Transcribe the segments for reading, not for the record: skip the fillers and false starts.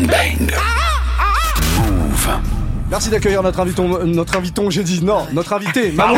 Bang. Move. Merci d'accueillir notre invité, notre invité, Manon.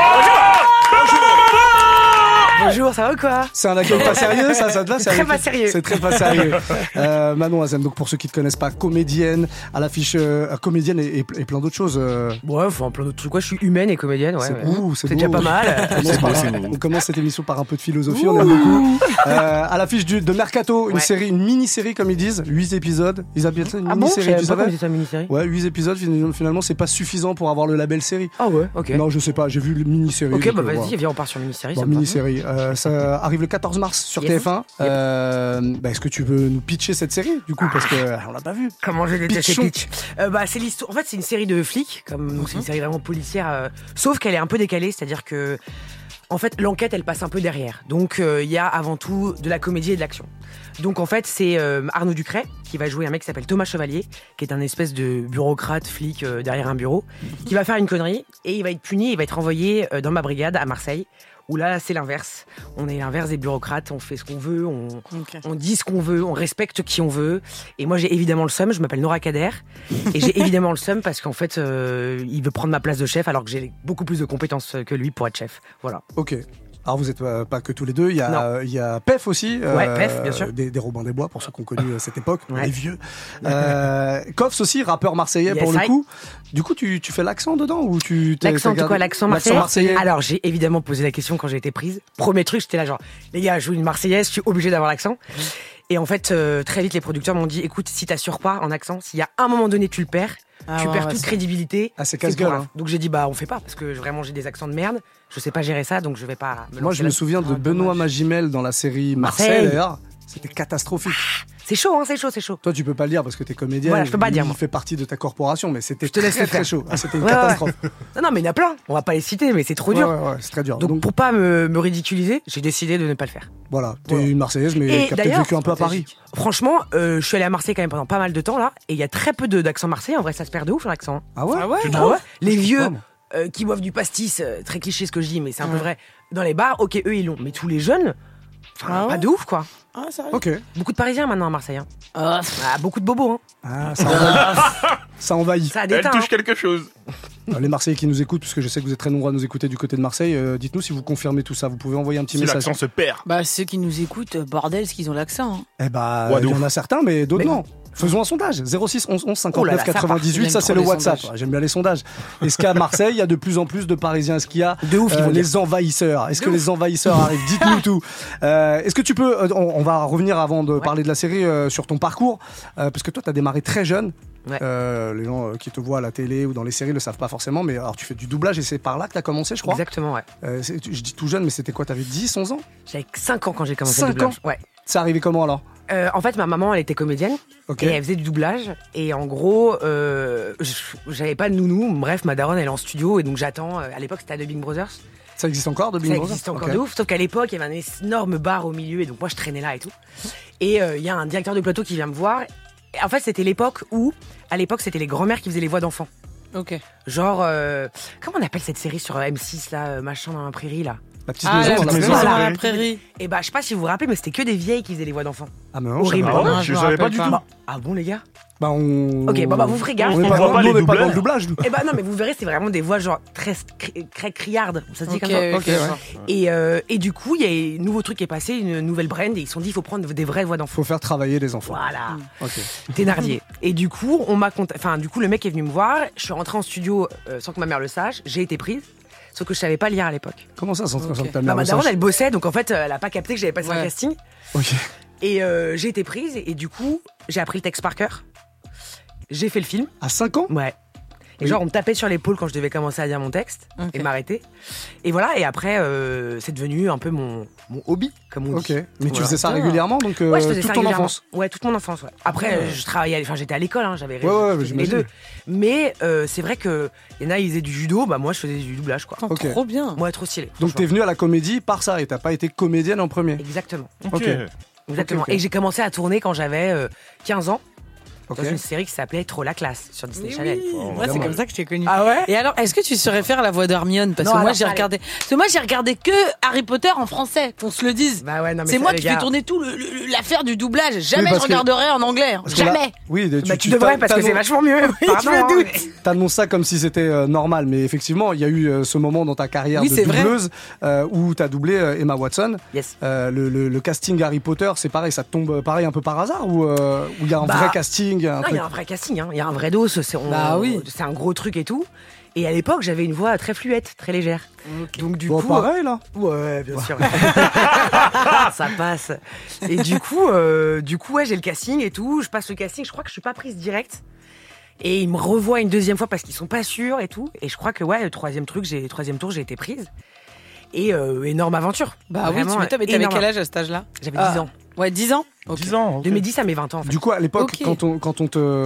Bonjour, ça va ou quoi? C'est un accueil pas sérieux, ça te va? C'est très pas sérieux. C'est très pas sérieux. Manon Hazem, donc pour ceux qui ne te connaissent pas, comédienne, à l'affiche comédienne et plein d'autres choses. Ouais, enfin plein d'autres trucs. Quoi, je suis humaine et comédienne, ouais. C'est déjà pas mal. On commence cette émission par un peu de philosophie, on aime beaucoup. À l'affiche de Mercato, une mini-série comme ils disent, 8 épisodes. Ils appellent ça une mini-série, tu savais? C'est une mini-série. Ouais, 8 épisodes, finalement, c'est pas suffisant pour avoir le label série. Ah ouais, ok. Non, je sais pas, j'ai vu le mini-série. Ok, bah vas-y, viens, on part sur mini-série. Bon, mini-série. Ça arrive le 14 mars sur TF1. Est-ce que tu veux nous pitcher cette série, du coup, parce que on l'a pas vu. Comment je déteste ces pitch. C'est l'histoire. En fait, c'est une série de flics, donc c'est une série vraiment policière, sauf qu'elle est un peu décalée, c'est-à-dire que en fait, l'enquête, elle passe un peu derrière. Donc, il y a avant tout de la comédie et de l'action. Donc, en fait, c'est Arnaud Ducret qui va jouer un mec qui s'appelle Thomas Chevalier, qui est un espèce de bureaucrate, flic derrière un bureau, qui va faire une connerie et il va être puni, il va être envoyé dans ma brigade à Marseille. Où là, c'est l'inverse. On est l'inverse des bureaucrates, on fait ce qu'on veut, on dit ce qu'on veut, on respecte qui on veut. Et moi, j'ai évidemment le seum, je m'appelle Nora Kader. Et j'ai évidemment le seum parce qu'en fait, il veut prendre ma place de chef alors que j'ai beaucoup plus de compétences que lui pour être chef. Voilà. Ok. Alors vous n'êtes pas que tous les deux, il y a Pef aussi, Pef, bien sûr. Des Robin des Bois pour ceux qui ont connu cette époque, les vieux. Koffs aussi, rappeur marseillais pour le coup. Du coup, tu fais l'accent dedans ou l'accent de quoi? L'accent marseillais. Alors j'ai évidemment posé la question quand j'ai été prise. Premier truc, j'étais là genre, les gars, je joue une marseillaise, je suis obligé d'avoir l'accent. Et en fait, très vite, les producteurs m'ont dit, écoute, si t'assures pas en accent, s'il y a un moment donné tu le perds, tu perds toute crédibilité. Ah, c'est casse-gueule. Hein. Donc j'ai dit, on fait pas, parce que vraiment j'ai des accents de merde. Je sais pas gérer ça, donc je vais pas me lancer. Moi, je me souviens de Benoît Magimel dans la série Marseille, d'ailleurs. C'était catastrophique. C'est chaud, hein, c'est chaud. Toi, tu peux pas le dire parce que t'es comédienne. Voilà, je peux pas dire. Il fait partie de ta corporation, mais c'était très chaud. Ah, c'était une catastrophe. Non, mais il y en a plein. On va pas les citer, mais c'est trop dur. Ouais, c'est très dur. Donc pour pas me ridiculiser, j'ai décidé de ne pas le faire. Voilà, t'es une Marseillaise, mais qui a peut-être vécu un peu à Paris. Franchement, je suis allé à Marseille quand même pendant pas mal de temps là, et il y a très peu d'accent marseillais. En vrai, ça se perd de ouf l'accent. Ah ouais? Les vieux qui boivent du pastis, très cliché ce que je dis, mais c'est un peu vrai. Dans les bars, ok, eux ils l'ont, mais tous les jeunes, pas de ouf quoi. Ah, sérieux? Ok. Beaucoup de Parisiens maintenant à Marseille. Beaucoup de bobos. Ah, ça envahit. Ça déteint. Elle touche quelque chose. Les Marseillais qui nous écoutent, puisque je sais que vous êtes très nombreux à nous écouter du côté de Marseille, dites-nous si vous confirmez tout ça. Vous pouvez envoyer un petit message. L'accent se perd. Ceux qui nous écoutent, bordel, ce qu'ils ont l'accent. Il y en a certains, mais d'autres non. Faisons un sondage. 06 11 11 59 98, ça c'est le WhatsApp. J'aime bien les sondages. Est-ce qu'à Marseille, il y a de plus en plus de Parisiens? Est-ce qu'il y a les envahisseurs? Est-ce que les envahisseurs arrivent? Dites-nous tout. Est-ce que tu peux... on va revenir avant de parler de la série sur ton parcours, parce que toi, tu as démarré très jeune. Ouais. Les gens qui te voient à la télé ou dans les séries le savent pas forcément, mais alors tu fais du doublage et c'est par là que tu as commencé, je crois. Exactement, ouais. Je dis tout jeune, mais c'était quoi? T'avais 10, 11 ans? J'avais 5 ans quand j'ai commencé 5 le doublage. ans? Ouais. C'est arrivé comment alors? En fait, ma maman, elle était comédienne et elle faisait du doublage. Et en gros, j'avais pas de nounou. Bref, ma daronne, elle est en studio et donc j'attends. À l'époque, c'était à Dubbing Brothers. Ça existe encore, Dubbing Brothers? Ça existe encore de ouf. Sauf qu'à l'époque, il y avait un énorme bar au milieu et donc moi, je traînais là et tout. Et il y a un directeur de plateau qui vient me voir. Et en fait, c'était l'époque où, à l'époque, c'était les grands-mères qui faisaient les voix d'enfants. Ok. Genre, comment on appelle cette série sur M6 là, machin dans la prairie là? La petite maison dans la prairie. Et je sais pas si vous vous rappelez, mais c'était que des vieilles qui faisaient les voix d'enfants. Ah mais non, horrible. Je savais pas du tout. Ah bon les gars? Ok, vous ferez gaffe. On n'est pas dans le doublage. Non, mais vous verrez, c'est vraiment des voix genre très criardes. Ça se dit comme ça. Ouais. Et du coup, il y a un nouveau truc qui est passé, une nouvelle brand, et ils se sont dit, il faut prendre des vraies voix d'enfants. Faut faire travailler les enfants. Voilà. Ok. Thénardier. Et du coup, le mec est venu me voir. Je suis rentrée en studio sans que ma mère le sache. J'ai été prise. Sauf que je savais pas lire à l'époque. Comment ça, sans que ta mère ma le daronne, sache? elle bossait, donc en fait, elle a pas capté que j'avais passé un casting. Ok. Et j'ai été prise, et du coup, j'ai appris le texte par cœur. J'ai fait le film. À 5 ans? Ouais. Et genre, on me tapait sur l'épaule quand je devais commencer à dire mon texte et m'arrêter. Et voilà, et après, c'est devenu un peu mon hobby, comme on dit. Ok. Mais tu faisais ça régulièrement, donc toute ton enfance? Ouais, toute mon enfance, ouais. Après, je travaillais, j'étais à l'école, j'avais les deux. Mais c'est vrai que y en a, ils faisaient du judo, moi, je faisais du doublage, quoi. Trop bien. Moi, trop stylé. Donc t'es venue à la comédie par ça, et t'as pas été comédienne en premier? Exactement. Ok. Exactement. Et j'ai commencé à tourner quand j'avais 15 ans. dans une série qui s'appelait Trop la classe sur Disney Channel. Moi, c'est comme ça que je t'ai connue. Ah ouais? Et alors, est-ce que tu saurais faire la voix d'Hermione? Parce que moi, j'ai regardé que Harry Potter en français, qu'on se le dise. Bah ouais, non, mais c'est moi qui fais tourner tout l'affaire du doublage. Jamais je regarderai en anglais. Jamais. Oui, tu devrais parce que c'est vachement mieux. Pardon. T'annonces ça comme si c'était normal, mais effectivement, il y a eu ce moment dans ta carrière de doubleuse où t'as doublé Emma Watson. Yes. Le casting Harry Potter, c'est pareil, ça tombe pareil un peu par hasard ou il y a un vrai casting? Non, il y a un vrai casting, il y a un vrai dos, c'est un gros truc et tout. Et à l'époque, j'avais une voix très fluette, très légère. Okay. Donc du coup, pareil là. Ouais, bien sûr. Ça passe. Et du coup, ouais, j'ai le casting et tout. Je passe le casting. Je crois que je suis pas prise direct. Et ils me revoient une deuxième fois parce qu'ils sont pas sûrs et tout. Et je crois que ouais, le troisième tour, j'ai été prise. Et énorme aventure. Bah oui, tu m'étonnes. Mais t'avais quel âge à cet âge-là? J'avais 10 ans. Ouais, 10 ans. Okay. 10 ans. Okay. De mes 10 à mes 20 ans. En fait. Du coup, à l'époque, quand on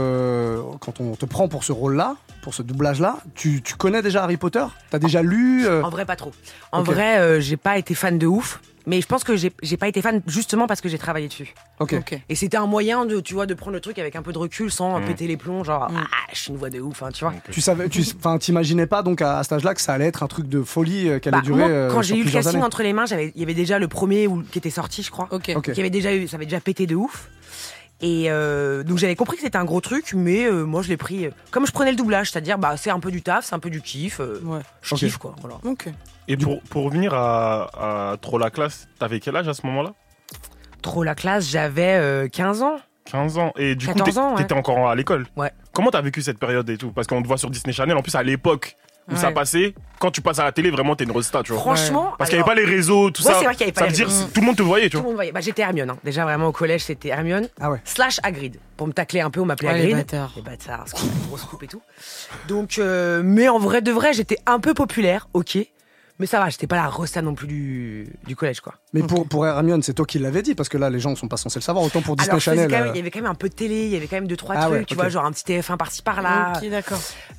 te prend pour ce rôle-là, pour ce doublage-là, tu connais déjà Harry Potter? T'as déjà lu En vrai, pas trop. En vrai, j'ai pas été fan de ouf. Mais je pense que j'ai pas été fan justement parce que j'ai travaillé dessus. Ok. Et c'était un moyen de prendre le truc avec un peu de recul sans péter les plombs, genre je suis une voix de ouf, hein, tu vois. T'imaginais pas donc à cet âge-là que ça allait être un truc de folie qui allait durer. Moi, quand j'ai eu le casting années. entre les mains, il y avait déjà le premier qui était sorti, je crois. Ok. Ça avait déjà pété de ouf. Et donc j'avais compris que c'était un gros truc, mais moi je l'ai pris comme je prenais le doublage, c'est-à-dire c'est un peu du taf, c'est un peu du kiff, je kiffe quoi. Voilà. Ok. Et pour revenir à Trop la classe, t'avais quel âge à ce moment-là? Trop la classe, j'avais 15 ans. 15 ans. Et du coup, t'étais encore à l'école? Ouais. Comment t'as vécu cette période et tout? Parce qu'on te voit sur Disney Channel, en plus à l'époque où ça passait, quand tu passes à la télé, vraiment t'es une resta, tu vois. Franchement. Parce qu'il n'y avait pas les réseaux, tout ça. C'est vrai qu'il y avait pas ça veut dire tout le monde te voyait, tu vois. Tout le monde voyait. J'étais Hermione. Hein. Déjà vraiment au collège, c'était Hermione. Ah ouais. / Hagrid. Pour me tacler un peu, on m'appelait Hagrid. Les bâtards, parce qu'on a une grosse coupe et tout. Donc, mais en vrai de vrai, j'étais un peu populaire, ok. Mais ça va, j'étais pas la resta non plus du collège, quoi. Mais pour Hermione, c'est toi qui l'avais dit, parce que là, les gens sont pas censés le savoir. Autant pour Disney Channel. Il y avait quand même un peu de télé, il y avait quand même 2-3 trucs, tu vois, genre un petit TF1 par-ci par-là. Ok, d'accord.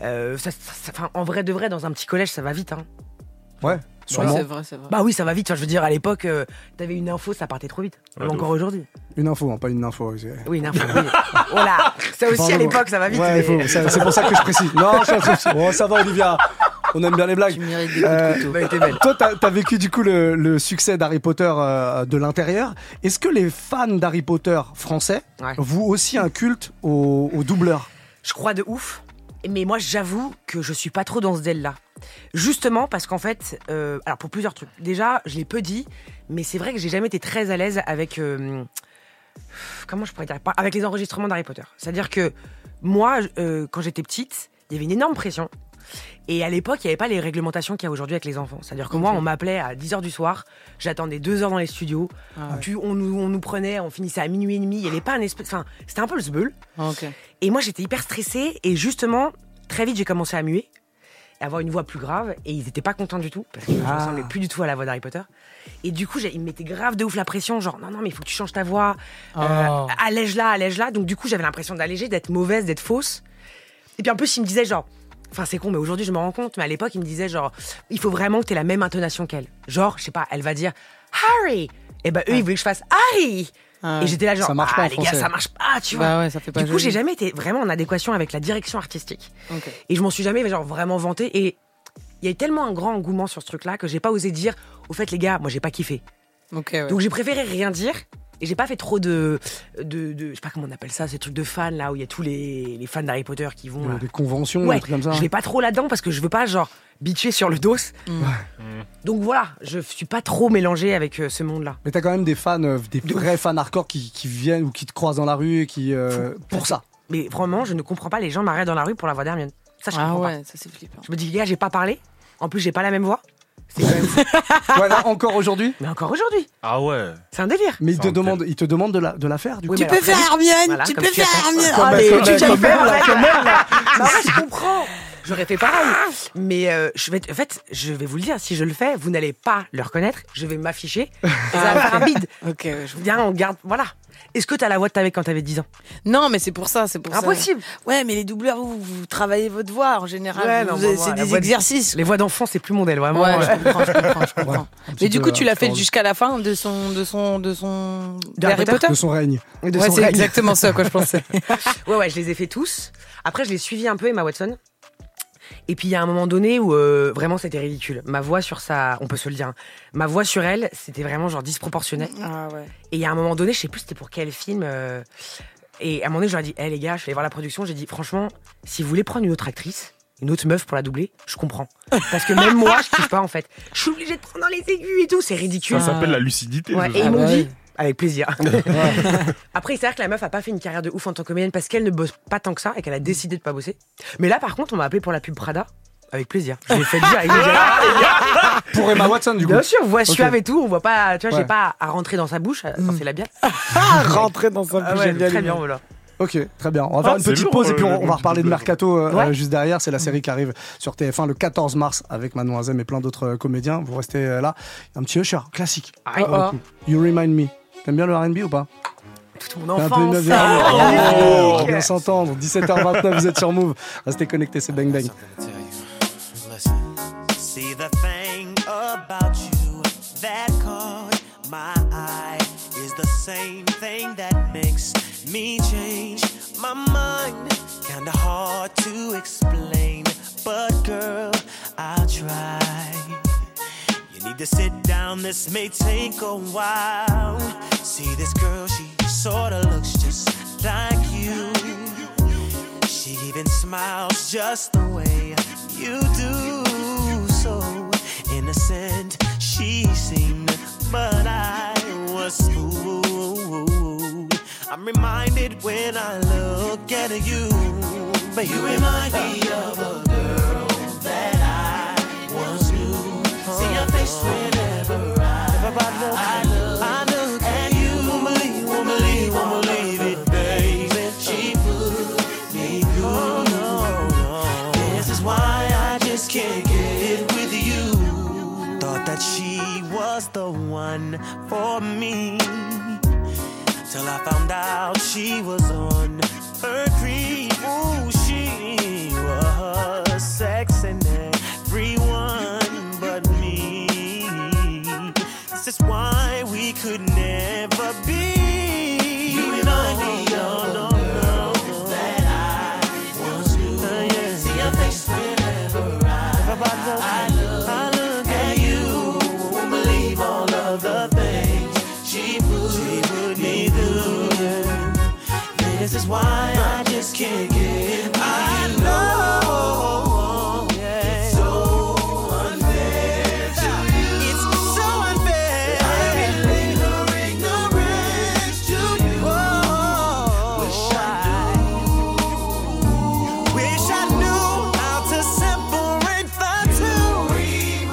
En vrai de vrai, dans un petit collège, ça va vite, hein. Ouais, sûrement. Ouais, c'est vrai. Bah oui, ça va vite. Enfin, je veux dire, à l'époque, t'avais une info, ça partait trop vite. Même encore aujourd'hui. Une info, hein, pas une info. Oui, une info. Oui. Voilà. Ça aussi, à l'époque, ça va vite. Ouais, mais... c'est pour ça que je précise. Non, ça va, Olivia. On aime bien les blagues. Tu mérites des coups de couteau. Toi, t'as vécu du coup le succès d'Harry Potter de l'intérieur. Est-ce que les fans d'Harry Potter français vouent aussi un culte aux doubleurs? Je crois de ouf. Mais moi, j'avoue que je suis pas trop dans ce délire-là. Justement parce qu'en fait, alors pour plusieurs trucs. Déjà, je l'ai peu dit, mais c'est vrai que j'ai jamais été très à l'aise avec comment je pourrais dire, avec les enregistrements d'Harry Potter. C'est-à-dire que moi, quand j'étais petite, il y avait une énorme pression. Et à l'époque, il n'y avait pas les réglementations qu'il y a aujourd'hui avec les enfants. C'est-à-dire que moi, on m'appelait à 10h du soir, j'attendais 2 heures dans les studios, on nous prenait, on finissait à minuit et demi, il n'y avait pas un espèce... Enfin, c'était un peu le zbeul. Et moi, j'étais hyper stressée, et justement, très vite, j'ai commencé à muer, à avoir une voix plus grave, et ils n'étaient pas contents du tout, parce que je ne ressemblais plus du tout à la voix d'Harry Potter. Et du coup, ils me mettaient grave de ouf la pression, genre, non, mais il faut que tu changes ta voix, allège-la. Donc du coup, j'avais l'impression d'alléger, d'être mauvaise, d'être fausse. Et puis en plus, ils me disaient genre... Enfin, c'est con, mais aujourd'hui, je me rends compte. Mais à l'époque, il me disait, genre, il faut vraiment que t'aies la même intonation qu'elle. Genre, je sais pas, elle va dire Harry. Et ben, eux, ils voulaient que je fasse Harry. Et j'étais là, genre, les gars, ça marche pas, tu vois. Bah ouais, ça fait pas du coup, j'ai jamais été vraiment en adéquation avec la direction artistique. Et je m'en suis jamais, genre, vraiment vantée. Et il y a eu tellement un grand engouement sur ce truc-là que j'ai pas osé dire, au fait, les gars, moi, j'ai pas kiffé. Donc, j'ai préféré rien dire. Et j'ai pas fait trop de je sais pas comment on appelle ça, ces trucs de fans là où il y a tous les fans d'Harry Potter qui vont des conventions, des trucs comme ça. Je vais pas trop là-dedans parce que je veux pas genre bitcher sur le dos. Donc voilà, je suis pas trop mélangé avec ce monde-là. Mais t'as quand même des fans, des vrais fans hardcore qui viennent ou qui te croisent dans la rue et qui pour ça. Mais vraiment, je ne comprends pas les gens m'arrêtent dans la rue pour la voix d'Hermione. Ça je comprends pas. Ça c'est flippant. Je me dis les gars, j'ai pas parlé. En plus, j'ai pas la même voix. C'est quand même fou. Là, encore aujourd'hui. Mais encore aujourd'hui. Ah ouais. C'est un délire. Mais il te demande de la faire du coup. Tu peux faire Hermione. Tu peux faire Hermione. Tu vas faire là. Non, je comprends. J'aurais fait pareil. Mais je vais vous le dire, si je le fais, vous n'allez pas le reconnaître. Je vais m'afficher. Ça va faire un bide. Ok, je vous dis. On garde. Voilà. Est-ce que t'as la voix que t'avais quand t'avais 10 ans? Non, mais c'est pour ça. Impossible. Ouais, mais les doubleurs, vous travaillez votre voix en général. Ouais, c'est des exercices. Les voix d'enfant, c'est plus mon modèle, vraiment. Ouais, je comprends. Mais du coup, tu l'as fait Charles. jusqu'à la fin de son Harry Potter. De son règne. De son C'est règne. exactement ça, quoi, je pensais. Ouais, je les ai fait tous. Après, je l'ai suivi un peu, Emma Watson. Et puis, il y a un moment donné où vraiment, c'était ridicule. Ma voix sur on peut se le dire, hein. Ma voix sur elle, c'était vraiment genre disproportionné. Ah ouais. Et il y a un moment donné, je sais plus c'était pour quel film. Et à un moment donné, je leur ai dit, les gars, je suis allé voir la production. J'ai dit, franchement, si vous voulez prendre une autre actrice, une autre meuf pour la doubler, je comprends. Parce que même moi, je kiffe pas, en fait. Je suis obligée de prendre dans les aigus et tout, c'est ridicule. Ça s'appelle la lucidité. Ouais, ce et genre. ils m'ont ouais. dit, avec plaisir. Après, il s'avère que la meuf a pas fait une carrière de ouf en tant que comédienne parce qu'elle ne bosse pas tant que ça et qu'elle a décidé de pas bosser. Mais là, par contre, on m'a appelé pour la pub Prada. Avec plaisir. Je l'ai fait dire avec plaisir. Pour Emma Watson, du coup. Bien sûr, voix suave Ok. et tout. On voit pas, tu vois, Ouais. j'ai pas à rentrer dans sa bouche quand c'est labial. Rentrer dans sa Ah ouais, très bien, voilà. Ok, très bien. On va faire une c'est petite lourd, pause et puis on le va reparler de doublage. Mercato Ouais. juste derrière. C'est la série qui arrive sur TF1 le 14 mars avec Mademoiselle et plein d'autres comédiens. Vous restez là. Un petit Usher, classique. Ah, Pour le coup. You Remind Me. T'aimes bien le R&B ou pas? Toute mon Un peu enfance. une Oh, bien s'entendre. 17h29, vous êtes sur Move. Restez connectés, c'est Bang Bang. See the thing about you that caught my eye is the same thing that makes me change my mind. Kinda hard to explain, but girl, I'll try. You need to sit down, this may take a while. See this girl, she sorta looks just like you. She even smiles just the way you do. So innocent she seemed, but I was fooled. I'm reminded when I look at you, but you remind me of a girl that I once knew. See your face whenever I look at you. Won't believe it, baby. She put me through. This is why I just can't get with you. Thought that she was the one for me, till I found out she was on her creep. Ooh, she was sexing everyone but me. This is why we could never be. You remind me of that I once knew. See your face whenever I look at you. Won't believe all of the things she put me through. This is why I just can't get with you. Know, yeah. It's so unfair to you. It's so unfair. I'm in her ignorance to you. Wish I knew how to separate the two. You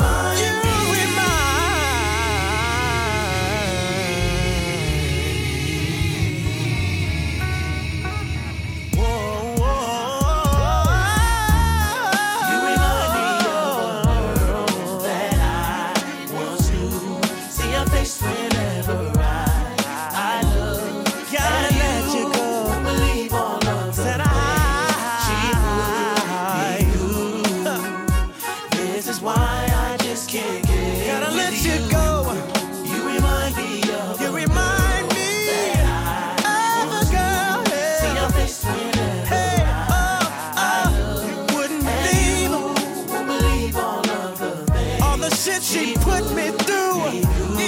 she put me through.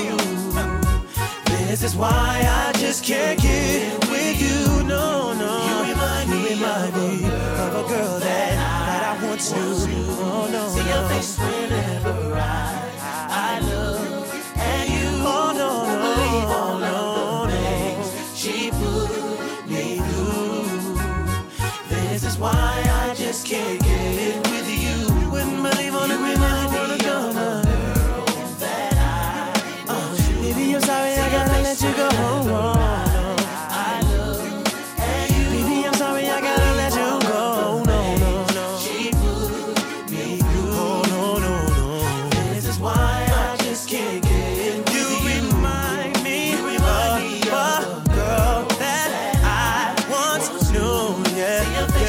This is why I just can't get with you. No, no. You remind me of a girl that I once knew. Oh, no, see your face whenever I look at you. Oh, no, no. Believe all of the things she put me through. This is why I just can't get with you. Wouldn't believe on it, remind me of a girl that I baby, I'm sorry, I gotta let you go. I look at you. Baby, I'm sorry, I gotta let you go. No, no, no. She put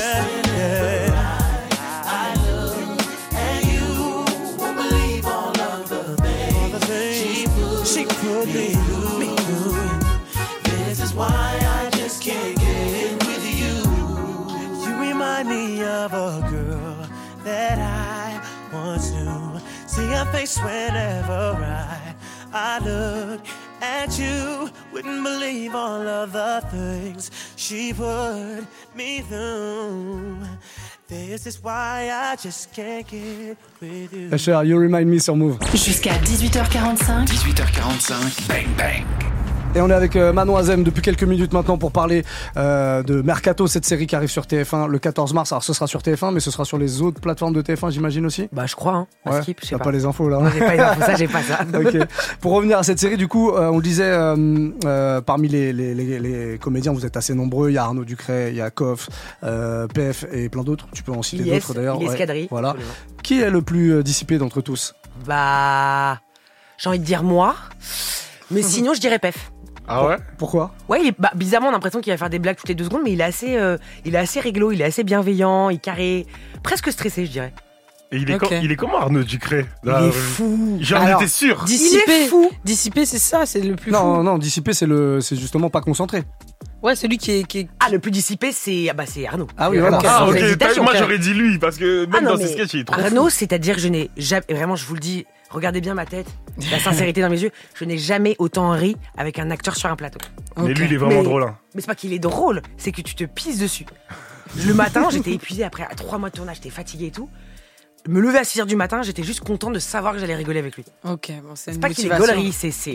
Face whenever I look at you, wouldn't believe all of the things she put me through. This is why I just can't get with you. Usher, You Remind Me sur Move. Jusqu'à 18h45. 18h45, bang bang. Et on est avec Manon Azem depuis quelques minutes maintenant pour parler de Mercato, cette série qui arrive sur TF1 le 14 mars. Alors ce sera sur TF1, mais ce sera sur les autres plateformes de TF1, j'imagine aussi. Bah je crois, hein. Ouais, Skip, je sais t'as pas les infos là. Non, j'ai pas les infos, ça j'ai pas ça. Okay. Pour revenir à cette série, du coup, on le disait, parmi les comédiens, vous êtes assez nombreux. Il y a Arnaud Ducret, il y a Koff, PF et plein d'autres. Tu peux en citer d'autres d'ailleurs. Il est Escadrille. Voilà. Absolument. Qui est le plus dissipé d'entre tous? Bah, j'ai envie de dire moi, mais sinon je dirais Pef. Ah ouais? Pourquoi? Ouais, bizarrement on a l'impression qu'il va faire des blagues toutes les 2 secondes, mais il est assez réglo, il est assez bienveillant, il est carré, presque stressé je dirais. Et il est comment Arnaud Ducret? Il est fou. J'en étais sûr. Dissipé, il est fou. Dissipé, c'est ça, c'est le plus fou. Non, dissipé, c'est justement pas concentré. Ouais, celui qui est... Ah, le plus dissipé, c'est Arnaud. Ah oui, voilà. Ah ok, Hésitation, moi quand j'aurais dit lui, parce que même dans ses sketchs il est trop Arnaud, fou. c'est-à-dire que je n'ai jamais, vraiment je vous le dis, regardez bien ma tête, la sincérité dans mes yeux, je n'ai jamais autant ri avec un acteur sur un plateau. Mais lui il est vraiment drôle. Hein. Mais c'est pas qu'il est drôle, c'est que tu te pisses dessus. Le matin, j'étais épuisé après 3 mois de tournage, j'étais fatigué et tout. Me lever à 6h du matin, j'étais juste content de savoir que j'allais rigoler avec lui. Ok, bon, c'est pas qu'il est gaulerie,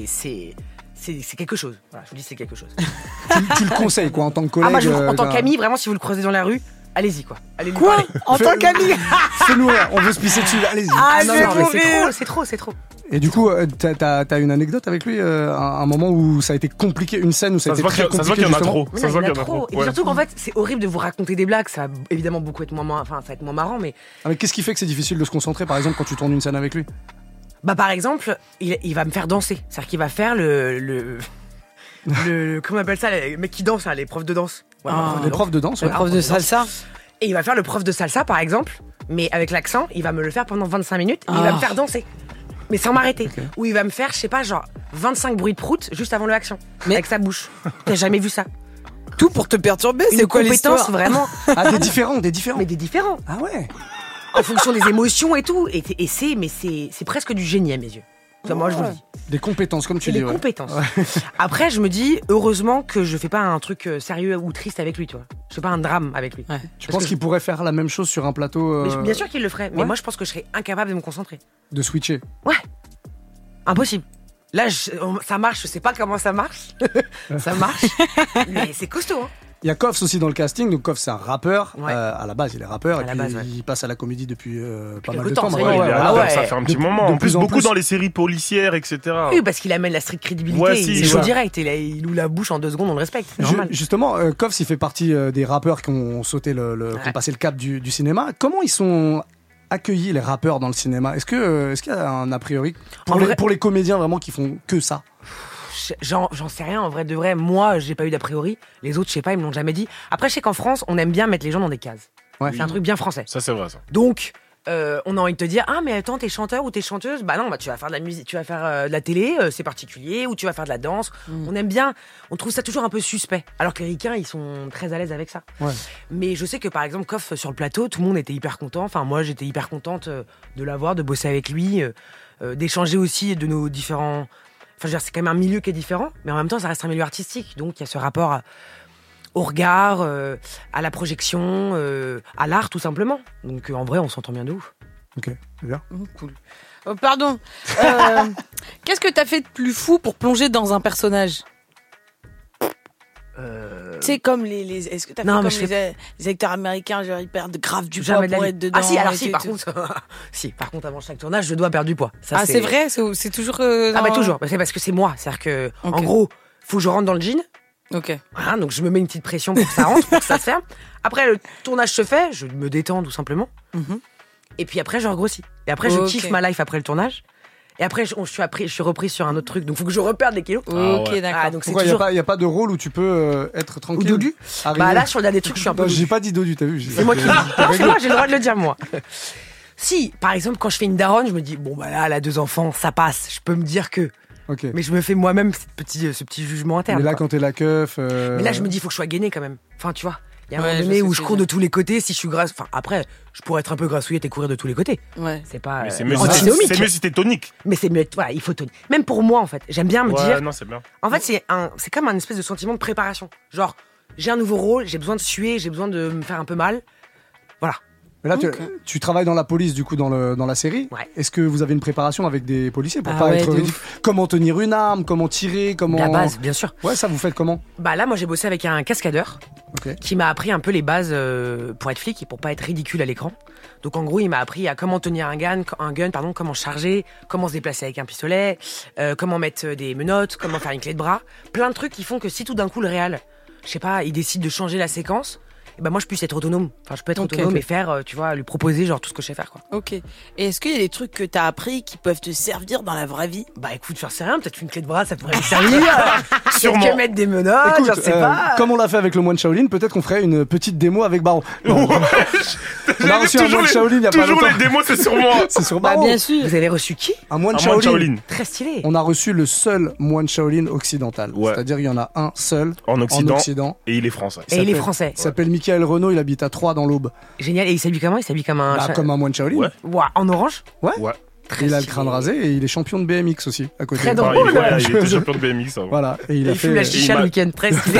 c'est quelque chose. Voilà, je vous dis c'est quelque chose. tu le conseilles quoi en tant que collègue? Ah moi, en tant qu'ami, vraiment, si vous le croisez dans la rue, allez-y quoi. Allez quoi? En tant qu'ami? Fais-nous rire, on veut se pisser dessus, allez-y. Ah non, mais c'est trop. Et du coup, t'as une anecdote avec lui, un moment où ça a été compliqué, une scène où ça a été très compliqué. Ça se voit qu'il y en a trop. Ça se voit qu'il y en a trop. Et puis surtout qu'en fait, c'est horrible de vous raconter des blagues. Ça va évidemment beaucoup être moins marrant, mais. Ah, mais qu'est-ce qui fait que c'est difficile de se concentrer, par exemple, quand tu tournes une scène avec lui? Bah par exemple, il va me faire danser. C'est-à-dire qu'il va faire le comment on appelle ça, les mecs qui dansent, les profs de danse. Ouais, les profs de danse, le prof de salsa. Et il va faire le prof de salsa par exemple, mais avec l'accent, il va me le faire pendant 25 minutes et il va me faire danser. Mais sans m'arrêter. Okay. Ou il va me faire, je sais pas, genre 25 bruits de prout juste avant le action. Mais avec sa bouche. T'as jamais vu ça? Tout pour te perturber, c'est quoi l'histoire? Vraiment. Ah, des différents. Mais des différents. Ah ouais. En fonction des émotions et tout. Et c'est presque du génie à mes yeux. Enfin, moi, je vous le dis. Des compétences, comme tu dis. Des compétences. Ouais. Après, je me dis, heureusement que je fais pas un truc sérieux ou triste avec lui, tu vois. Je fais pas un drame avec lui. Ouais. Tu penses qu'il pourrait faire la même chose sur un plateau mais bien sûr qu'il le ferait. Mais moi, je pense que je serais incapable de me concentrer. De switcher. Ouais. Impossible. Là, ça marche, je sais pas comment ça marche. Ça marche. Mais c'est costaud, hein. Il y a Koff aussi dans le casting. Donc Koff, c'est un rappeur. Ouais. À la base, il est rappeur. Il passe à la comédie depuis pas mal de temps. Ça fait un petit moment. En plus, beaucoup dans les séries policières, etc. Oui, parce qu'il amène la stricte crédibilité. Ouais, il est chaud direct. Il ouvre la bouche en 2 secondes, on le respecte. C'est normal. Justement, Koff, il fait partie des rappeurs qui ont sauté qui ont passé le cap du cinéma. Comment ils sont accueillis, les rappeurs, dans le cinéma? Est-ce qu'il y a un a priori pour les comédiens vraiment qui font que ça? J'en sais rien, en vrai de vrai. Moi, j'ai pas eu d'a priori. Les autres, je sais pas, ils me l'ont jamais dit. Après, je sais qu'en France, on aime bien mettre les gens dans des cases. Ouais. C'est un truc bien français. Ça, c'est vrai, ça. Donc, on a envie de te dire, ah, mais attends, t'es chanteur ou t'es chanteuse? Bah non, tu vas faire de la musique, tu vas faire de la télé, c'est particulier, ou tu vas faire de la danse. On aime bien, on trouve ça toujours un peu suspect. Alors que les ricains, ils sont très à l'aise avec ça. Ouais. Mais je sais que, par exemple, Koff, sur le plateau, tout le monde était hyper content. Enfin, moi, j'étais hyper contente de l'avoir, de bosser avec lui, d'échanger aussi de nos différents... Enfin, je veux dire, c'est quand même un milieu qui est différent, mais en même temps, ça reste un milieu artistique. Donc, il y a ce rapport au regard, à la projection, à l'art, tout simplement. Donc, en vrai, on s'entend bien de ouf. Ok, c'est bien. Cool. Oh, pardon. Qu'est-ce que t'as fait de plus fou pour plonger dans un personnage? Tu sais, comme est-ce que t'as fait les acteurs américains, genre ils perdent grave du poids pour être dedans? Ah si, alors par contre, avant chaque tournage, je dois perdre du poids. Ça, c'est vrai, c'est toujours. Ah bah toujours, c'est parce que c'est moi, c'est-à-dire que en gros, faut que je rentre dans le jean. Ok. Voilà, donc je me mets une petite pression pour que ça rentre, pour que ça se ferme. Après le tournage se fait, je me détends tout simplement. Et puis après, je regrossis. Et après, je kiffe ma life après le tournage. Et après, je suis reprise sur un autre truc, donc faut que je reperde des kilos. Ok, d'accord. Donc Pourquoi il n'y a pas de rôle où tu peux être tranquille? Ou dodu. Bah là, sur le dernier truc, je suis un peu. J'ai pas dit dodu, t'as vu? C'est moi qui. C'est moi, j'ai le droit de le dire, moi. Si, par exemple, quand je fais une daronne, je me dis, bon, bah là, elle a 2 enfants, ça passe. Je peux me dire que. Okay. Mais je me fais moi-même ce petit jugement interne. Mais là, quand t'es la keuf. Mais là, je me dis, il faut que je sois gainé quand même. Enfin, tu vois. Il y a un moment Ouais, donné où je cours de tous les côtés. Si je suis grasse. Enfin, après, je pourrais être un peu grassouillette et courir de tous les côtés. Ouais. C'est pas. Mais c'est mieux, antinomique. c'est mieux si t'es tonique. Mais c'est mieux. Voilà, il faut tonique. Même pour moi, en fait. J'aime bien me dire. Non, c'est bien. En fait, c'est comme un espèce de sentiment de préparation. Genre, j'ai un nouveau rôle, j'ai besoin de suer, j'ai besoin de me faire un peu mal. Voilà. Mais là, tu travailles dans la police, du coup, dans la série. Ouais. Est-ce que vous avez une préparation avec des policiers pour pas être ridicule? Comment tenir une arme, comment tirer, comment. La base, bien sûr. Ouais, ça, vous faites comment? Bah là, moi, j'ai bossé avec un cascadeur qui m'a appris un peu les bases pour être flic et pour pas être ridicule à l'écran. Donc, en gros, il m'a appris à comment tenir un gun, comment charger, comment se déplacer avec un pistolet, comment mettre des menottes, comment faire une clé de bras. Plein de trucs qui font que si tout d'un coup, le réal, je sais pas, il décide de changer la séquence. Bah moi je puisse être autonome. Enfin je peux être autonome et faire, tu vois, lui proposer genre tout ce que je sais faire quoi. Ok. Et est-ce qu'il y a des trucs que t'as appris qui peuvent te servir dans la vraie vie? Bah écoute, j'en sais rien, peut-être une clé de bras ça pourrait me servir. Sûrement. Peut-être que mettre des menottes, Écoute, je sais pas. Comme on l'a fait avec le moine Shaolin, peut-être qu'on ferait une petite démo avec Baron. On a reçu un moine Shaolin il y a pas longtemps. Toujours les démos, c'est sur moi. C'est sur Bah Baron. bien sûr. Vous avez reçu qui? Un moine Shaolin. Shaolin. Très stylé. On a reçu le seul moine Shaolin occidental. Ouais. C'est-à-dire il y en a un seul En Occident. Occident. Et il est français. Et il est français. Il s'appelle Michael Renaud, il habite à Troyes dans l'Aube. Génial. Et il s'habille comment? Il s'habille comme un. Comme un moine Shaolin. Ouais. Ouah, en orange? Ouais. Très Il a le stylé. crâne rasé et il est champion de BMX aussi à côté. Très drôle. Il était champion de BMX avant. Voilà. Et il a Il fume fait. la chicha le week-end. Très stylé.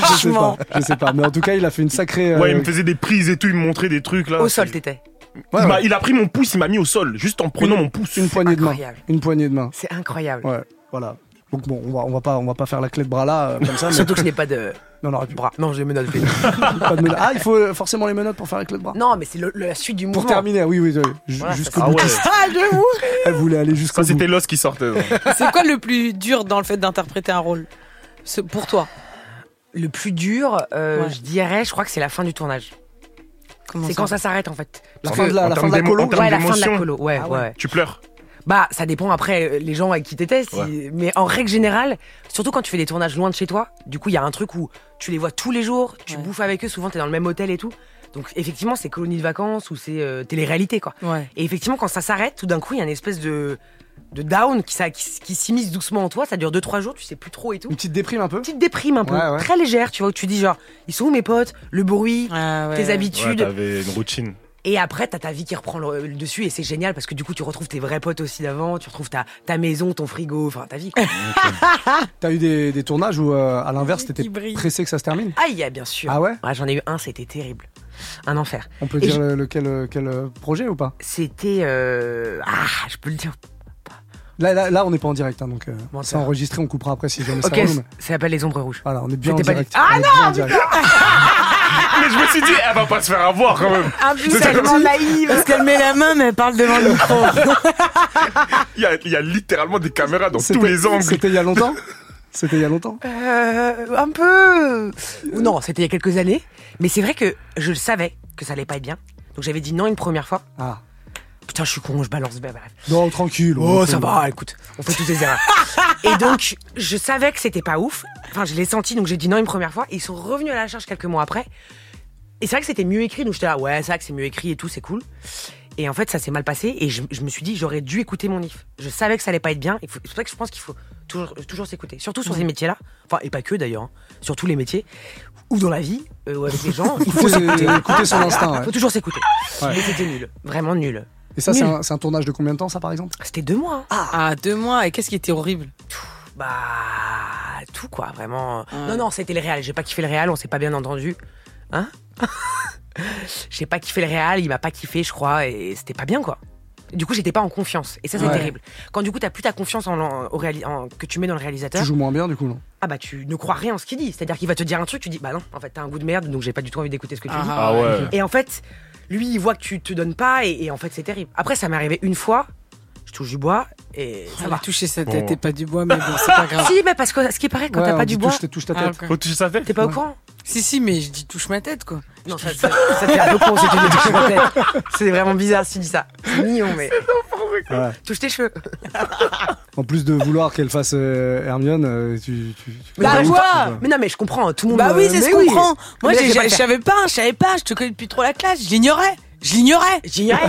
Je sais pas. Mais en tout cas, il a fait une sacrée. Ouais, il me faisait des prises et tout, il me montrait des trucs là. Au sol t'étais. Ouais, ouais. Il a pris mon pouce, il m'a mis au sol, juste en prenant mon pouce. Une poignée de main. Incroyable. Une poignée de main. C'est incroyable. Ouais. Voilà. Donc bon, on va pas faire la clé de bras là comme ça. Mais... Surtout que je n'ai pas de Mais on aurait pu. bras. Non, j'ai les menottes. Pas de menottes. Ah, il faut forcément les menottes pour faire la clé de bras. Non, mais c'est la suite du mouvement. Pour terminer, oui. Voilà, Jusqu'au ça, bout. ouais. Ah, je vous. Elle voulait aller jusqu'au Ça, bout. c'était l'os qui sortait. C'est quoi le plus dur dans le fait d'interpréter un rôle? Pour toi? Le plus dur, je dirais, je crois que c'est la fin du tournage. C'est quand ça s'arrête en fait. La fin de la colo. Ouais, la fin de la colo. Ouais, ouais. Tu pleures. Bah, ça dépend après les gens avec qui t'étais. Mais en règle générale, surtout quand tu fais des tournages loin de chez toi, du coup, il y a un truc où tu les vois tous les jours, tu bouffes avec eux, souvent t'es dans le même hôtel et tout. Donc, effectivement, c'est colonie de vacances ou c'est télé-réalité, quoi. Ouais. Et effectivement, quand ça s'arrête, tout d'un coup, il y a une espèce de down qui s'immisce doucement en toi. Ça dure 2-3 jours, tu sais plus trop et tout. Une petite déprime un peu. Petite déprime un peu, Ouais. très légère, tu vois, où tu dis genre, ils sont où mes potes, le bruit, tes habitudes. Ouais, t'avais une routine. Et après, t'as ta vie qui reprend le dessus et c'est génial parce que du coup, tu retrouves tes vrais potes aussi d'avant, tu retrouves ta maison, ton frigo, enfin ta vie. Quoi. T'as eu des tournages où, à l'inverse, t'étais pressé que ça se termine? Ah, il y a bien sûr. Ah ouais? J'en ai eu un, c'était terrible. Un enfer. On peut dire quel projet ou pas? C'était. je peux le dire. Là, on n'est pas en direct, hein, donc Bon, c'est enregistré, on coupera après si jamais Ok, ça renomme. ça s'appelle Les Ombres Rouges. Voilà, on est bien en C'était pas direct. Ah On est non, bien en direct. Mais je me suis dit, elle va pas se faire avoir quand même. Un plus tellement naïve. Parce qu'elle met la main, mais elle parle devant le micro. Il y a littéralement des caméras dans tous les angles. C'était il y a longtemps? C'était il y a longtemps? Un peu. Non, c'était il y a quelques années. Mais c'est vrai que je le savais que ça allait pas être bien. Donc j'avais dit non une première fois. Ah. Putain, je suis con, je balance. Bref. Non, tranquille. Oh, ça va, écoute, on fait toutes des erreurs. Et donc, je savais que c'était pas ouf. Enfin, je l'ai senti, donc j'ai dit non une première fois. Et ils sont revenus à la charge quelques mois après. Et c'est vrai que c'était mieux écrit, donc j'étais là, ouais, c'est vrai que c'est mieux écrit et tout, c'est cool. Et en fait, ça s'est mal passé. Et je me suis dit, j'aurais dû écouter mon if. Je savais que ça allait pas être bien. C'est pour ça que je pense qu'il faut toujours s'écouter. Surtout sur ces métiers-là. Enfin, et pas que d'ailleurs. Hein. Sur tous les métiers. Ou dans la vie, ou avec les gens. Il faut écouter son instinct. Il faut toujours s'écouter. Ouais. Mais c'était nul. Vraiment nul. Et ça, c'est un tournage de combien de temps, ça, par exemple? C'était 2 mois. Ah, 2 mois. Et qu'est-ce qui était horrible? Bah, tout quoi, vraiment. Non, c'était le réal. J'ai pas kiffé le réal, on s'est pas bien entendu. Hein? J'ai pas kiffé le réal, il m'a pas kiffé, je crois, et c'était pas bien quoi. Du coup, j'étais pas en confiance. Et ça, c'est terrible. Quand du coup, t'as plus ta confiance que tu mets dans le réalisateur. Tu joues moins bien, du coup, non? Ah bah, tu ne crois rien en ce qu'il dit. C'est-à-dire qu'il va te dire un truc, tu dis, bah non, en fait, t'as un goût de merde, donc j'ai pas du tout envie d'écouter ce que tu dis. Ah ouais. Et en fait, lui, il voit que tu te donnes pas, et en fait, c'est terrible. Après, ça m'est arrivé une fois, je touche du bois, et ça va. Toucher sa tête et pas du bois, mais bon, c'est pas grave. Si, mais parce que ce qui paraît, quand t'as pas du bois. Touche ta tête. Faut toucher sa tête. T'es pas au courant? Si, mais je dis touche ma tête, quoi. Non, ça fait un peu con si tu dis toucher ma tête. C'est vraiment bizarre si tu dis ça. C'est mignon, mais. Ouais. Touche tes cheveux. En plus de vouloir qu'elle fasse Hermione, Bah quoi Mais non, mais je comprends. Tout le monde. Bah oui, c'est ce qu'on comprend. Moi, Mais là, je savais pas. Je te connais depuis trop la classe. Je l'ignorais. J'ignorais.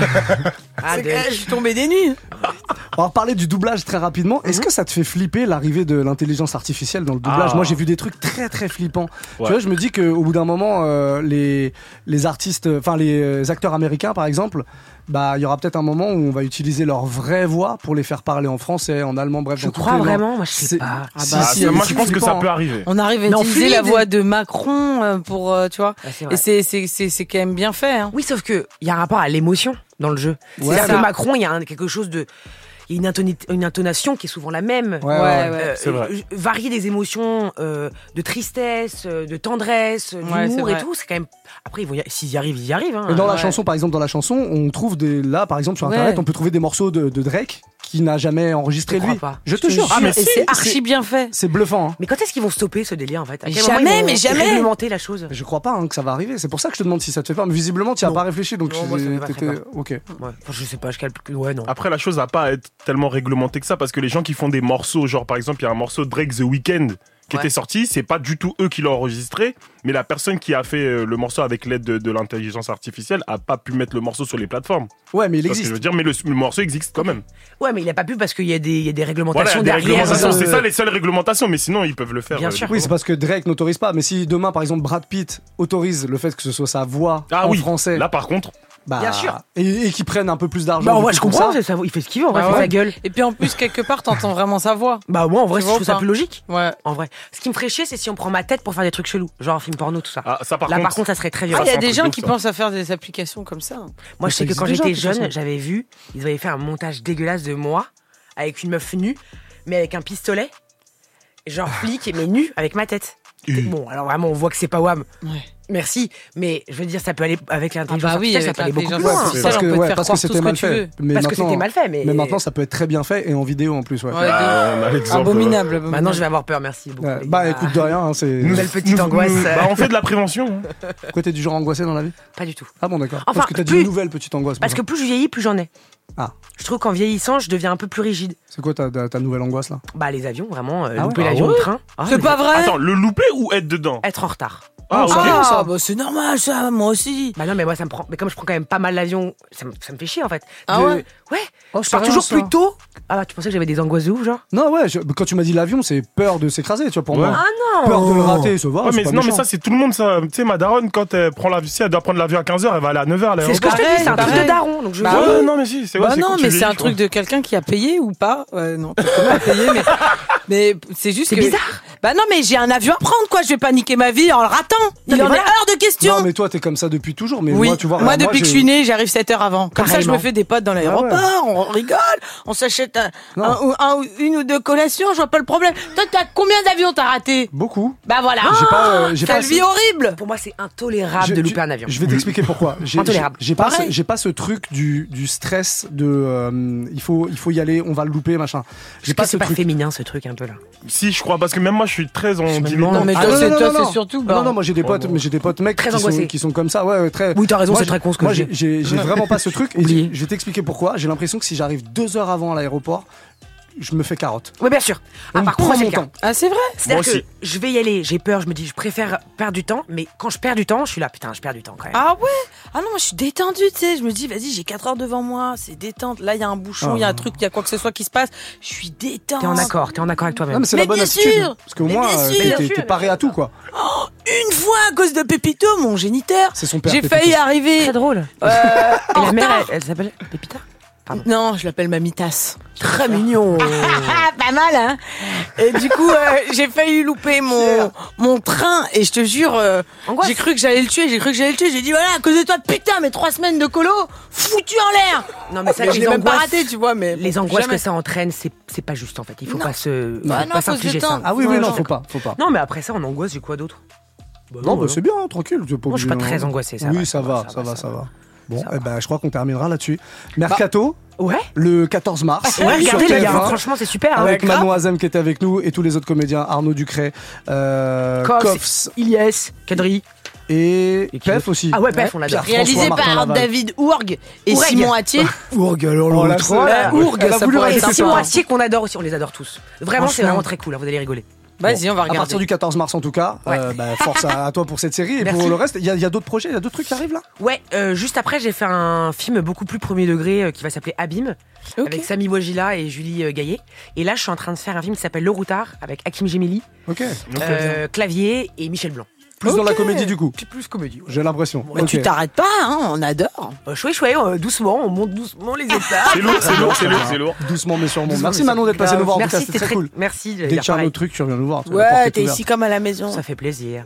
Je suis tombé des nues. On va parler du doublage très rapidement. Est-ce que ça te fait flipper l'arrivée de l'intelligence artificielle dans le doublage? Moi, j'ai vu des trucs très très flippants. Ouais. Tu vois, je me dis qu'au bout d'un moment, les artistes, enfin les acteurs américains par exemple, bah il y aura peut-être un moment où on va utiliser leur vraie voix pour les faire parler en français, en allemand, bref. Je crois vraiment. Moi, je sais pas. Moi, je pense que ça peut arriver. On arrive à utiliser la voix de Macron pour, tu vois. Et c'est quand même bien fait. Hein. Oui, sauf que il y a un rapport à l'émotion dans le jeu. Ouais. C'est-à-dire que Macron, il y a quelque chose de. Il y a une intonation qui est souvent la même. Ouais. C'est vrai. Varier des émotions de tristesse, de tendresse, d'humour et tout, c'est quand même. Après, s'ils y arrivent, ils y arrivent. Hein. Et dans la chanson, par exemple, on trouve là, par exemple, sur Internet, on peut trouver des morceaux de Drake qui n'a jamais enregistré lui. Je te jure. Mais c'est archi bien fait. C'est bluffant. Hein. Mais quand est-ce qu'ils vont stopper ce délire en fait? Jamais. Réglementer la chose. Je crois pas que ça va arriver. C'est pour ça que je te demande si ça te fait peur. Mais visiblement, tu n'y as pas réfléchi. Donc non, moi, ça me fait pas peur. Ok. Ouais. Enfin, je sais pas, je calcule. Ouais, non. Après, la chose n'a pas à être tellement réglementée que ça parce que les gens qui font des morceaux, genre par exemple, il y a un morceau de Drake The Weeknd qui était sorti, c'est pas du tout eux qui l'ont enregistré, mais la personne qui a fait le morceau avec l'aide de l'intelligence artificielle a pas pu mettre le morceau sur les plateformes. Ouais, mais il existe. Ce que je veux dire, mais le morceau existe quand même. Ouais, mais il a pas pu parce qu'il y a des réglementations derrière. réglementations, c'est ça les seules réglementations, mais sinon ils peuvent le faire. Bien sûr. Oui, c'est parce que Drake n'autorise pas. Mais si demain, par exemple, Brad Pitt autorise le fait que ce soit sa voix en français. Là, par contre. Bah, bien sûr. Et qu'ils prennent un peu plus d'argent. Moi, je comprends. Il fait ce qu'il veut. En vrai, il fait sa gueule. Et puis en plus, quelque part, t'entends vraiment sa voix. Bah, moi, en vrai, je trouve ça plus logique. Ouais. En vrai. Ce qui me ferait chier, c'est si on prend ma tête pour faire des trucs chelous. Genre un film porno, tout ça. Ah, ça, par contre, ça serait très violent. Il y a des gens qui pensent à faire des applications comme ça. Moi, je sais que quand j'étais jeune, j'avais vu, ils avaient fait un montage dégueulasse de moi avec une meuf nue, mais avec un pistolet. Genre flic, mais nu avec ma tête. Bon, alors vraiment, on voit que c'est pas Wham. Ouais. Merci, mais je veux dire, ça peut aller avec l'intelligence artificielle, ça peut aller beaucoup plus loin. Parce que c'était mal fait. Parce que c'était mal fait, mais maintenant, ça peut être très bien fait et en vidéo en plus. Ouais. Abominable. Maintenant, je vais avoir peur. Merci beaucoup. Bah, écoute, de rien. C'est une belle petite angoisse. On fait de la prévention. Pourquoi t'es du genre angoissé dans la vie? Pas du tout. Ah bon, d'accord. Enfin, parce que t'as dit une nouvelle petite angoisse. Parce que plus je vieillis, plus j'en ai. Ah. Je trouve qu'en vieillissant, je deviens un peu plus rigide. C'est quoi ta nouvelle angoisse là? Bah, les avions, vraiment. Louper l'avion, le train. C'est pas vrai? Attends, le louper ou être dedans? Être en retard. Ah, ok. Bah c'est normal ça, moi aussi. Bah non, mais moi ça me prend. Mais comme je prends quand même pas mal l'avion, ça me fait chier en fait. Ouais. Je pars toujours plus tôt. Ah bah tu pensais que j'avais des angoisses de ouf, genre? Non, ouais, quand tu m'as dit l'avion, c'est peur de s'écraser, tu vois, pour moi. Ah non! Peur de le rater, ça va. Ouais, mais ça, c'est tout le monde, ça. Tu sais, ma daronne, quand elle prend l'avion, si elle doit prendre l'avion à 15h, elle va aller à 9h. C'est ce que je te dis, c'est un truc de daron. Donc non, mais si, c'est vrai. Non, mais c'est un truc de quelqu'un qui a payé ou pas. Non, quelqu'un a payé, mais c'est juste que. C'est bizarre. Bah non, mais j'ai un avion à prendre, quoi. Je vais pas niquer ma vie en le ratant. Il en est hors de question. Non, mais toi, t'es comme ça depuis toujours. Mais oui. moi, tu vois. Moi, depuis que je suis née, j'arrive 7 heures avant. Comme ça, je me fais des potes dans l'aéroport, on rigole, on s'achète une ou deux collations, je vois pas le problème. Toi, combien d'avions t'as raté? Beaucoup. Bah voilà. J'ai pas une vie horrible. Pour moi, c'est intolérable de louper un avion. Je vais t'expliquer pourquoi. Intolérable. J'ai pas ce truc du stress de il faut y aller, on va le louper, machin. J'ai pas. C'est pas féminin ce truc un peu là. Si, je crois, parce que même moi, je suis très en dilemme. Non, mais toi, c'est surtout. Non, moi j'ai des potes, mais j'ai des potes mecs qui sont comme ça. Ouais, très. Oui, t'as raison, c'est très con ce que moi j'ai vraiment pas ce truc. Et je vais t'expliquer pourquoi. J'ai l'impression que si j'arrive 2 heures avant à l'aéroport, je me fais carotte. Oui, bien sûr. Par contre, mon temps. Ah, c'est vrai. C'est-à-dire que je vais y aller, j'ai peur, je me dis, je préfère perdre du temps, mais quand je perds du temps, je suis là, putain, je perds du temps quand même. Ah ouais? Ah non, moi je suis détendue, tu sais. Je me dis, vas-y, j'ai 4 heures devant moi, c'est détente. Là, il y a un bouchon, il y a un truc, il y a quoi que ce soit qui se passe. Je suis détente. T'es en accord avec toi-même. Non, mais c'est la bonne attitude. Parce qu'au moins, t'es paré à tout, quoi. Oh, une fois, à cause de Pépito, mon géniteur, c'est son père, j'ai failli arriver. Très drôle. Et la mère, elle s'appelle Pépita? Pardon. Non, je l'appelle Mamitas. Très mignon. Pas mal, hein. Et du coup, j'ai failli louper mon train. Et je te jure, j'ai cru que j'allais le tuer. J'ai dit, voilà, à cause de toi, putain, mes 3 semaines de colo, foutu en l'air. Non, mais ça, je l'ai même pas raté, tu vois. Mais les angoisses que ça entraîne, c'est pas juste, en fait. Il faut pas s'infliger ça. Ah oui, non, faut pas. Non, mais après ça, on angoisse, j'ai quoi d'autre? Non, c'est bien, tranquille. Moi, je suis pas très angoissé, ça. Oui, ça va. Bon, je crois qu'on terminera là-dessus. Mercato. Ouais. Le 14 mars. Ouais, regardez les gars, franchement c'est super. Avec Manon Azem qui était avec nous et tous les autres comédiens, Arnaud Ducret, Koffs, Ilyes, Kadri. Et Pef aussi. Ah ouais, Pef, on l'adore. Réalisé par David Ourg et Simon Attier. Ourg, alors Ourg, ça pourrait être Simon Attier qu'on adore aussi, on les adore tous. Vraiment, c'est vraiment très cool, vous allez rigoler. Vas-y, on va regarder. À partir du 14 mars en tout cas, force à toi pour cette série. Et pour le reste, il y a d'autres projets, il y a d'autres trucs qui arrivent là. Ouais, juste après j'ai fait un film beaucoup plus premier degré qui va s'appeler Abîme, avec Samy Bouajila et Julie Gaillet. Et là je suis en train de faire un film qui s'appelle Le Routard avec Hakim Gemili, Clavier et Michel Blanc. Plus dans la comédie du coup. Plus comédie. J'ai l'impression. Tu t'arrêtes pas, on adore. Chouette, doucement, on monte doucement les étapes. C'est lourd. Doucement mais sûrement. Merci Manon d'être passé nous voir. Merci, c'était très cool. Merci. Dès qu'il y a un autre truc, tu reviens nous voir. Ouais, t'es ici comme à la maison. Ça fait plaisir.